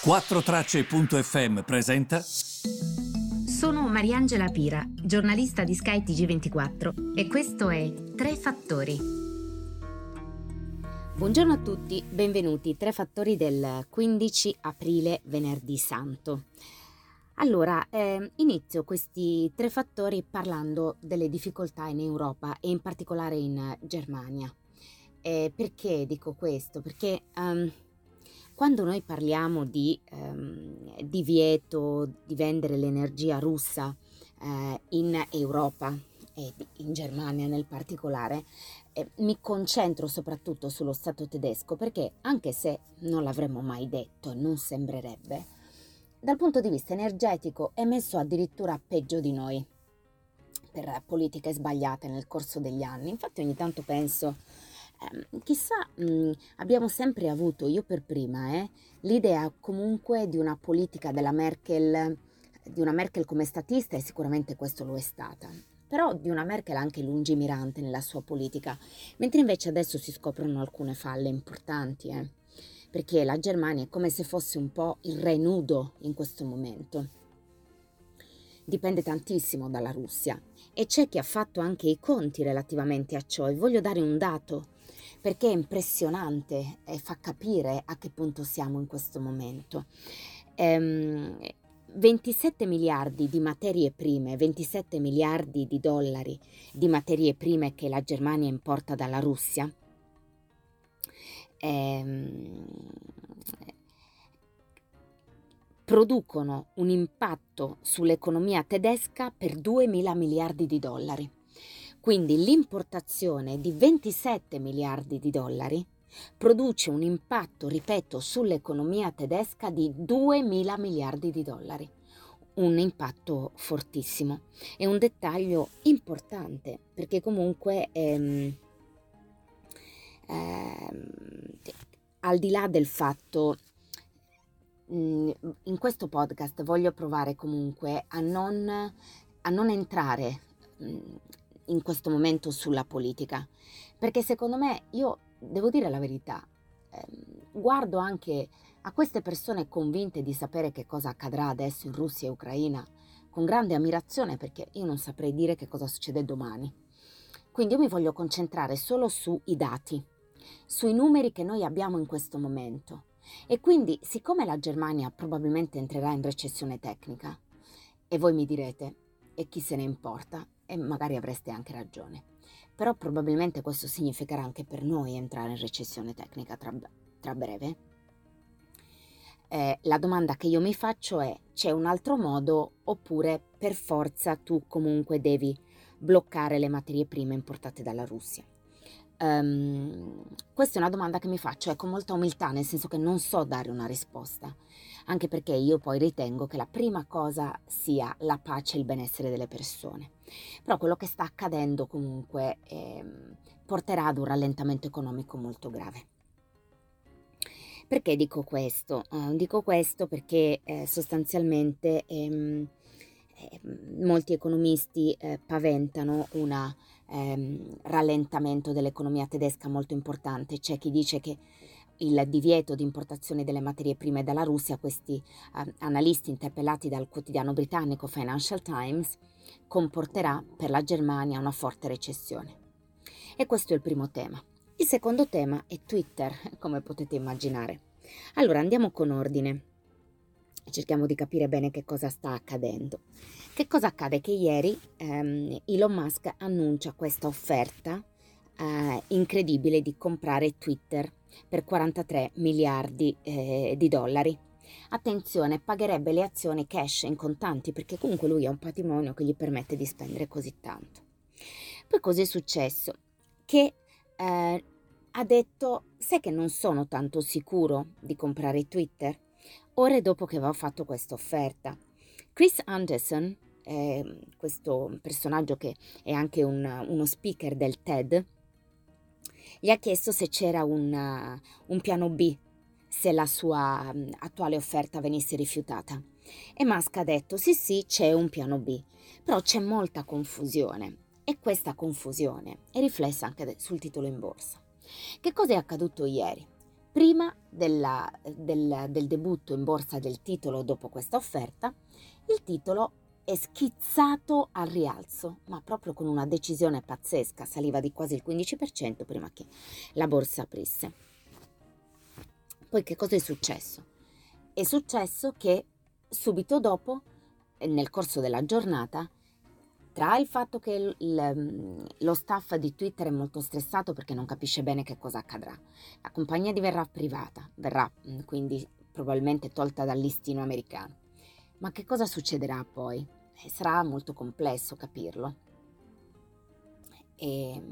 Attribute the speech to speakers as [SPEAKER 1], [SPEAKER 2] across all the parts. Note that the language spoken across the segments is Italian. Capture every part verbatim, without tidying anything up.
[SPEAKER 1] quattro tracce punto effe emme presenta.
[SPEAKER 2] Sono Mariangela Pira, giornalista di Sky T G ventiquattro e questo è Tre Fattori.
[SPEAKER 3] Buongiorno a tutti, benvenuti. Tre Fattori del quindici aprile, venerdì santo. Allora, eh, inizio questi tre fattori parlando delle difficoltà in Europa e in particolare in Germania. Eh, perché dico questo? Perché um, quando noi parliamo di um, divieto di vendere l'energia russa eh, in Europa e in Germania nel particolare, eh, mi concentro soprattutto sullo Stato tedesco perché, anche se non l'avremmo mai detto, non sembrerebbe, dal punto di vista energetico è messo addirittura peggio di noi per politiche sbagliate nel corso degli anni. Infatti ogni tanto penso, eh, chissà, mh, abbiamo sempre avuto, io per prima, eh, l'idea comunque di una politica della Merkel, di una Merkel come statista, e sicuramente questo lo è stata, però di una Merkel anche lungimirante nella sua politica, mentre invece adesso si scoprono alcune falle importanti, eh, perché la Germania è come se fosse un po' il re nudo in questo momento. Dipende tantissimo dalla Russia e c'è chi ha fatto anche i conti relativamente a ciò, e voglio dare un dato perché è impressionante e fa capire a che punto siamo in questo momento. Ehm, ventisette miliardi di materie prime, ventisette miliardi di dollari di materie prime che la Germania importa dalla Russia, ehm, producono un impatto sull'economia tedesca per duemila miliardi di dollari. Quindi l'importazione di ventisette miliardi di dollari produce un impatto, ripeto, sull'economia tedesca di duemila miliardi di dollari. Un impatto fortissimo. È un dettaglio importante perché comunque ehm, ehm, al di là del fatto, in questo podcast voglio provare comunque a non, a non entrare in questo momento sulla politica, perché secondo me, io devo dire la verità, eh, guardo anche a queste persone convinte di sapere che cosa accadrà adesso in Russia e Ucraina con grande ammirazione, perché io non saprei dire che cosa succede domani. Quindi io mi voglio concentrare solo sui dati, sui numeri che noi abbiamo in questo momento. E quindi, siccome la Germania probabilmente entrerà in recessione tecnica, e voi mi direte, e chi se ne importa, e magari avreste anche ragione, però probabilmente questo significherà anche per noi entrare in recessione tecnica tra, tra breve. Eh, la domanda che io mi faccio è: c'è un altro modo, oppure per forza tu comunque devi bloccare le materie prime importate dalla Russia? Um, questa è una domanda che mi faccio eh, con molta umiltà, nel senso che non so dare una risposta, anche perché io poi ritengo che la prima cosa sia la pace e il benessere delle persone. Però quello che sta accadendo comunque eh, porterà ad un rallentamento economico molto grave. Perché dico questo? Uh, dico questo perché eh, sostanzialmente ehm, eh, molti economisti eh, paventano una Ehm, rallentamento dell'economia tedesca molto importante. C'è chi dice che il divieto di importazione delle materie prime dalla Russia, questi eh, analisti interpellati dal quotidiano britannico Financial Times, comporterà per la Germania una forte recessione. E questo è il primo tema. Il secondo tema è Twitter, come potete immaginare. Allora andiamo con ordine. Cerchiamo di capire bene che cosa sta accadendo. Che cosa accade? Che ieri ehm, Elon Musk annuncia questa offerta eh, incredibile di comprare Twitter per quarantatré miliardi eh, di dollari. Attenzione, pagherebbe le azioni cash in contanti, perché comunque lui ha un patrimonio che gli permette di spendere così tanto. Poi cosa è successo? Che eh, ha detto: sai che non sono tanto sicuro di comprare Twitter? Ore dopo che aveva fatto questa offerta, Chris Anderson, eh, questo personaggio che è anche un, uno speaker del TED, gli ha chiesto se c'era un, uh, un piano B se la sua um, attuale offerta venisse rifiutata. E Musk ha detto: sì sì, c'è un piano B, però c'è molta confusione, e questa confusione è riflessa anche sul titolo in borsa. Che cosa è accaduto ieri? Prima della- del, del debutto in borsa del titolo dopo questa offerta, il titolo è schizzato al rialzo, ma proprio con una decisione pazzesca, saliva di quasi il quindici per cento prima che la borsa aprisse. Poi che cosa è successo? È successo che subito dopo, eh, nel corso della giornata, tra il fatto che il- il- lo staff di Twitter è molto stressato perché non capisce bene che cosa accadrà, la compagnia diverrà privata, verrà mm, quindi probabilmente tolta dal listino americano. Ma che cosa succederà poi? Eh, sarà molto complesso capirlo. E,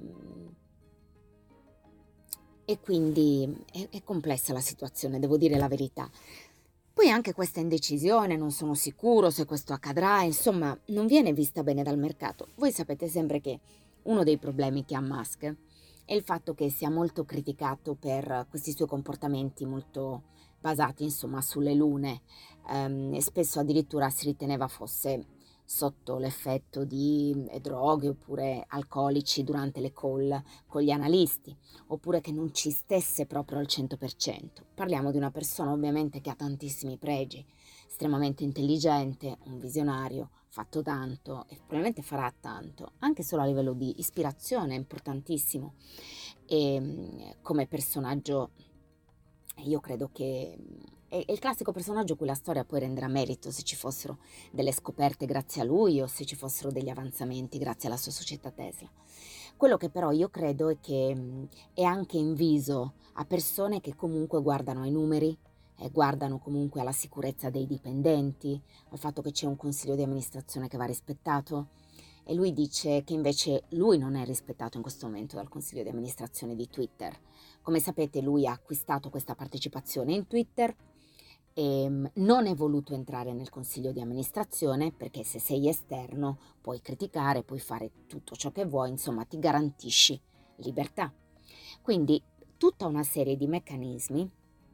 [SPEAKER 3] e quindi è, è complessa la situazione, devo dire la verità. Poi anche questa indecisione, non sono sicuro se questo accadrà, insomma, non viene vista bene dal mercato. Voi sapete sempre che uno dei problemi che ha Musk è il fatto che sia molto criticato per questi suoi comportamenti molto basati, insomma, sulle lune. Ehm, e spesso addirittura si riteneva fosse sotto l'effetto di eh, droghe oppure alcolici durante le call con gli analisti, oppure che non ci stesse proprio al cento per cento. Parliamo di una persona ovviamente che ha tantissimi pregi, estremamente intelligente, un visionario, fatto tanto e probabilmente farà tanto, anche solo a livello di ispirazione, è importantissimo. E mh, come personaggio io credo che mh, è, è il classico personaggio a cui la storia poi renderà merito se ci fossero delle scoperte grazie a lui o se ci fossero degli avanzamenti grazie alla sua società Tesla. Quello che però io credo è che mh, è anche inviso a persone che comunque guardano ai numeri, e guardano comunque alla sicurezza dei dipendenti, al fatto che c'è un consiglio di amministrazione che va rispettato. E lui dice che invece lui non è rispettato in questo momento dal consiglio di amministrazione di Twitter. Come sapete, lui ha acquistato questa partecipazione in Twitter e mm, non è voluto entrare nel consiglio di amministrazione perché se sei esterno puoi criticare, puoi fare tutto ciò che vuoi, insomma ti garantisci libertà. Quindi tutta una serie di meccanismi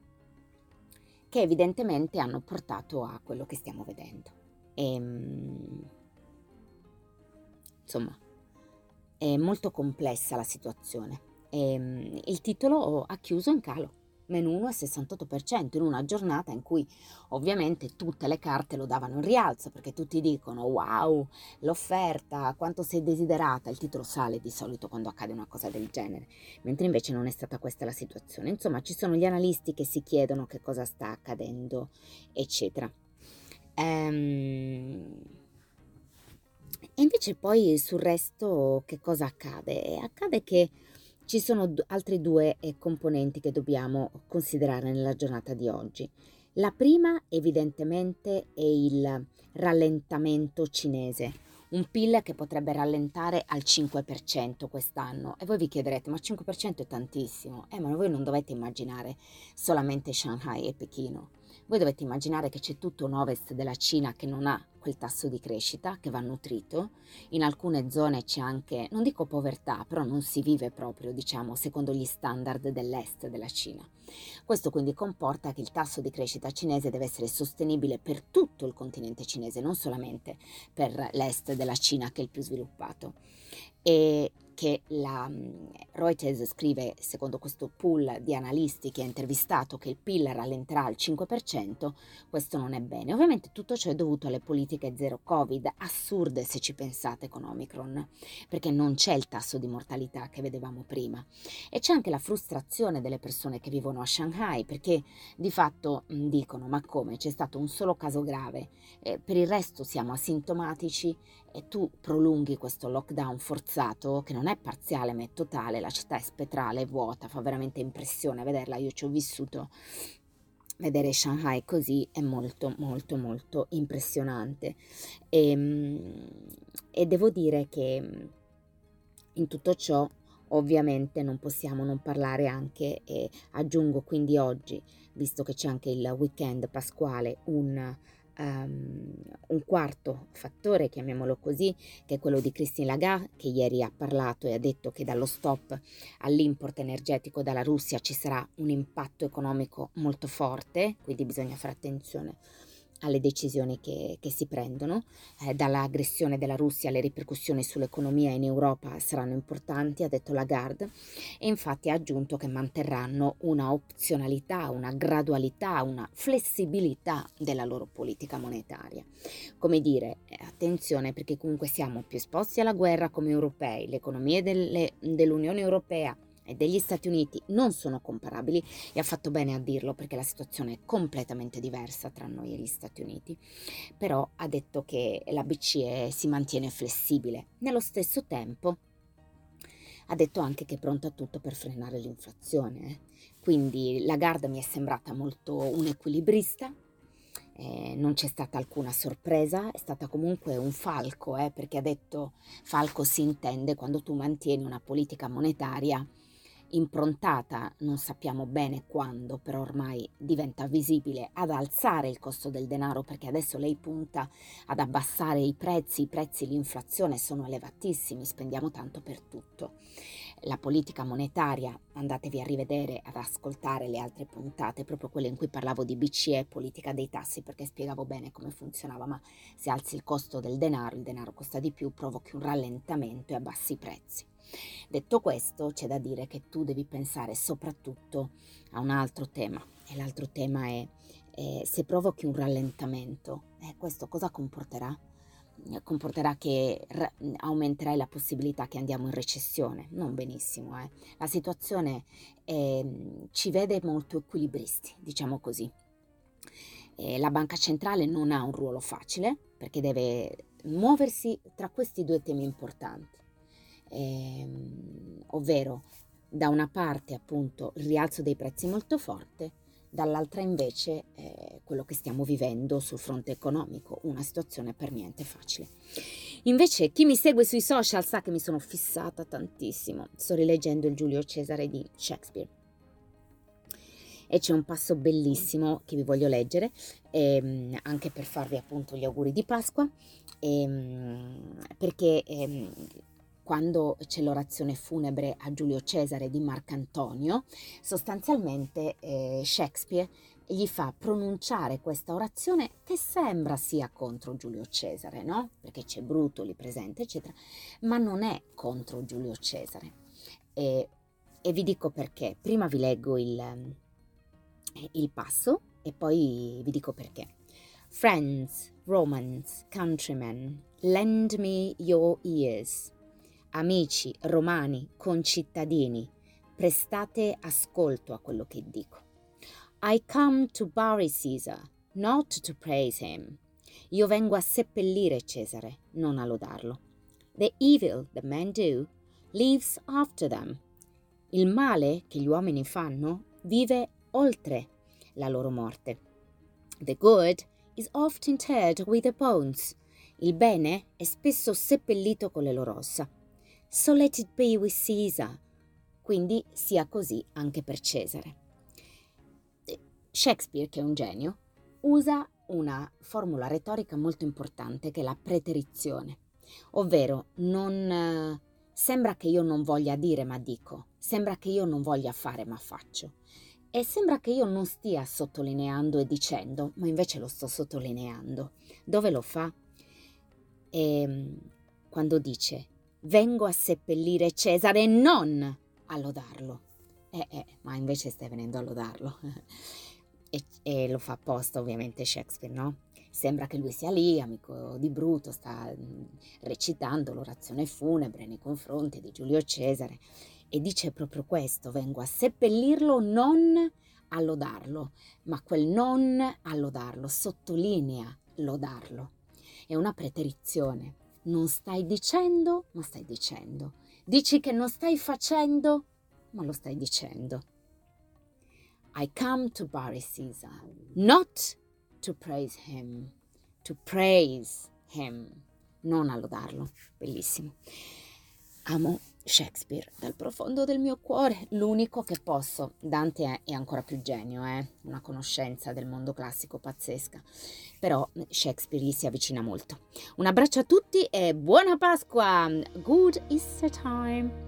[SPEAKER 3] che evidentemente hanno portato a quello che stiamo vedendo. E, mm, insomma, è molto complessa la situazione. E, mm, il titolo ha chiuso in calo, meno uno virgola sessantotto per cento, in una giornata in cui ovviamente tutte le carte lo davano in rialzo, perché tutti dicono wow, l'offerta, quanto sei desiderata, il titolo sale di solito quando accade una cosa del genere, mentre invece non è stata questa la situazione. Insomma, ci sono gli analisti che si chiedono che cosa sta accadendo, eccetera. Ehm... E invece poi sul resto che cosa accade? Accade che ci sono d- altri due eh, componenti che dobbiamo considerare nella giornata di oggi. La prima evidentemente è il rallentamento cinese, un P I L che potrebbe rallentare al cinque per cento quest'anno. E voi vi chiederete, ma cinque per cento è tantissimo. Eh, ma voi non dovete immaginare solamente Shanghai e Pechino. Voi dovete immaginare che c'è tutto un ovest della Cina che non ha quel tasso di crescita, che va nutrito. In alcune zone c'è anche, non dico povertà, però non si vive proprio, diciamo, secondo gli standard dell'est della Cina. Questo quindi comporta che il tasso di crescita cinese deve essere sostenibile per tutto il continente cinese, non solamente per l'est della Cina che è il più sviluppato. E che la mm, Reuters scrive, secondo questo pool di analisti che ha intervistato, che il P I L rallenterà al cinque per cento, questo non è bene. Ovviamente tutto ciò è dovuto alle politiche zero Covid, assurde se ci pensate con Omicron, perché non c'è il tasso di mortalità che vedevamo prima. E c'è anche la frustrazione delle persone che vivono a Shanghai, perché di fatto mh, dicono, ma come, c'è stato un solo caso grave, eh, per il resto siamo asintomatici e tu prolunghi questo lockdown forzato, che non è parziale ma è totale, la città è spettrale, è vuota, fa veramente impressione vederla, io ci ho vissuto, vedere Shanghai così è molto molto molto impressionante. E, mm, e devo dire che mm, in tutto ciò ovviamente non possiamo non parlare anche, e aggiungo quindi oggi, visto che c'è anche il weekend pasquale, un, um, un quarto fattore, chiamiamolo così, che è quello di Christine Lagarde, che ieri ha parlato e ha detto che dallo stop all'import energetico dalla Russia ci sarà un impatto economico molto forte, quindi bisogna fare attenzione alle decisioni che, che si prendono, eh, dall'aggressione della Russia le ripercussioni sull'economia in Europa saranno importanti, ha detto Lagarde, e infatti ha aggiunto che manterranno una opzionalità, una gradualità, una flessibilità della loro politica monetaria. Come dire, eh, attenzione, perché comunque siamo più esposti alla guerra come europei, le economie delle, dell'Unione Europea e degli Stati Uniti non sono comparabili, e ha fatto bene a dirlo perché la situazione è completamente diversa tra noi e gli Stati Uniti. Però ha detto che la B C E si mantiene flessibile. Nello stesso tempo ha detto anche che è pronto a tutto per frenare l'inflazione. eh. Quindi Lagarde mi è sembrata molto un equilibrista. Eh, non c'è stata alcuna sorpresa, è stata comunque un falco, eh, perché ha detto falco si intende quando tu mantieni una politica monetaria improntata, non sappiamo bene quando, però ormai diventa visibile, ad alzare il costo del denaro, perché adesso lei punta ad abbassare i prezzi, i prezzi, l'inflazione sono elevatissimi, spendiamo tanto per tutto. La politica monetaria, andatevi a rivedere, ad ascoltare le altre puntate, proprio quelle in cui parlavo di B C E, politica dei tassi, perché spiegavo bene come funzionava, ma se alzi il costo del denaro, il denaro costa di più, provochi un rallentamento e abbassi i prezzi. Detto questo, c'è da dire che tu devi pensare soprattutto a un altro tema, e l'altro tema è eh, se provochi un rallentamento, eh, questo cosa comporterà? Eh, Comporterà che ra- aumenterai la possibilità che andiamo in recessione, non benissimo. Eh. La situazione eh, ci vede molto equilibristi, diciamo così. Eh, la banca centrale non ha un ruolo facile perché deve muoversi tra questi due temi importanti. Ehm, ovvero da una parte appunto il rialzo dei prezzi molto forte, dall'altra invece eh, quello che stiamo vivendo sul fronte economico, una situazione per niente facile. Invece chi mi segue sui social sa che mi sono fissata tantissimo, sto rileggendo il Giulio Cesare di Shakespeare e c'è un passo bellissimo che vi voglio leggere, ehm, anche per farvi appunto gli auguri di Pasqua, ehm, perché ehm, quando c'è l'orazione funebre a Giulio Cesare di Marcantonio, sostanzialmente eh, Shakespeare gli fa pronunciare questa orazione che sembra sia contro Giulio Cesare, no? Perché c'è Bruto lì presente, eccetera, ma non è contro Giulio Cesare. E, e vi dico perché. Prima vi leggo il, il passo e poi vi dico perché. Friends, Romans, countrymen, lend me your ears. Amici, romani, concittadini, prestate ascolto a quello che dico. I come to bury Caesar, not to praise him. Io vengo a seppellire Cesare, non a lodarlo. The evil that men do lives after them. Il male che gli uomini fanno vive oltre la loro morte. The good is oft interred with the bones. Il bene è spesso seppellito con le loro ossa. So let it be with Caesar. Quindi sia così anche per Cesare. Shakespeare, che è un genio, usa una formula retorica molto importante che è la preterizione, ovvero non eh, sembra che io non voglia dire ma dico, sembra che io non voglia fare ma faccio, e sembra che io non stia sottolineando e dicendo, ma invece lo sto sottolineando. Dove lo fa? E, quando dice vengo a seppellire Cesare e non a lodarlo. Eh, eh, ma invece stai venendo a lodarlo. e, e lo fa apposta ovviamente Shakespeare, no? Sembra che lui sia lì, amico di Bruto, sta mh, recitando l'orazione funebre nei confronti di Giulio Cesare e dice proprio questo, vengo a seppellirlo, non a lodarlo, ma quel non a lodarlo sottolinea lodarlo. È una preterizione. Non stai dicendo, ma stai dicendo. Dici che non stai facendo, ma lo stai dicendo. I come to bury Caesar, not to praise him, to praise him, non a lodarlo. Bellissimo. Amo Shakespeare dal profondo del mio cuore, l'unico che posso. Dante è, è ancora più genio, eh? Una conoscenza del mondo classico pazzesca, però Shakespeare gli si avvicina molto. Un abbraccio a tutti e buona Pasqua! Good Easter time!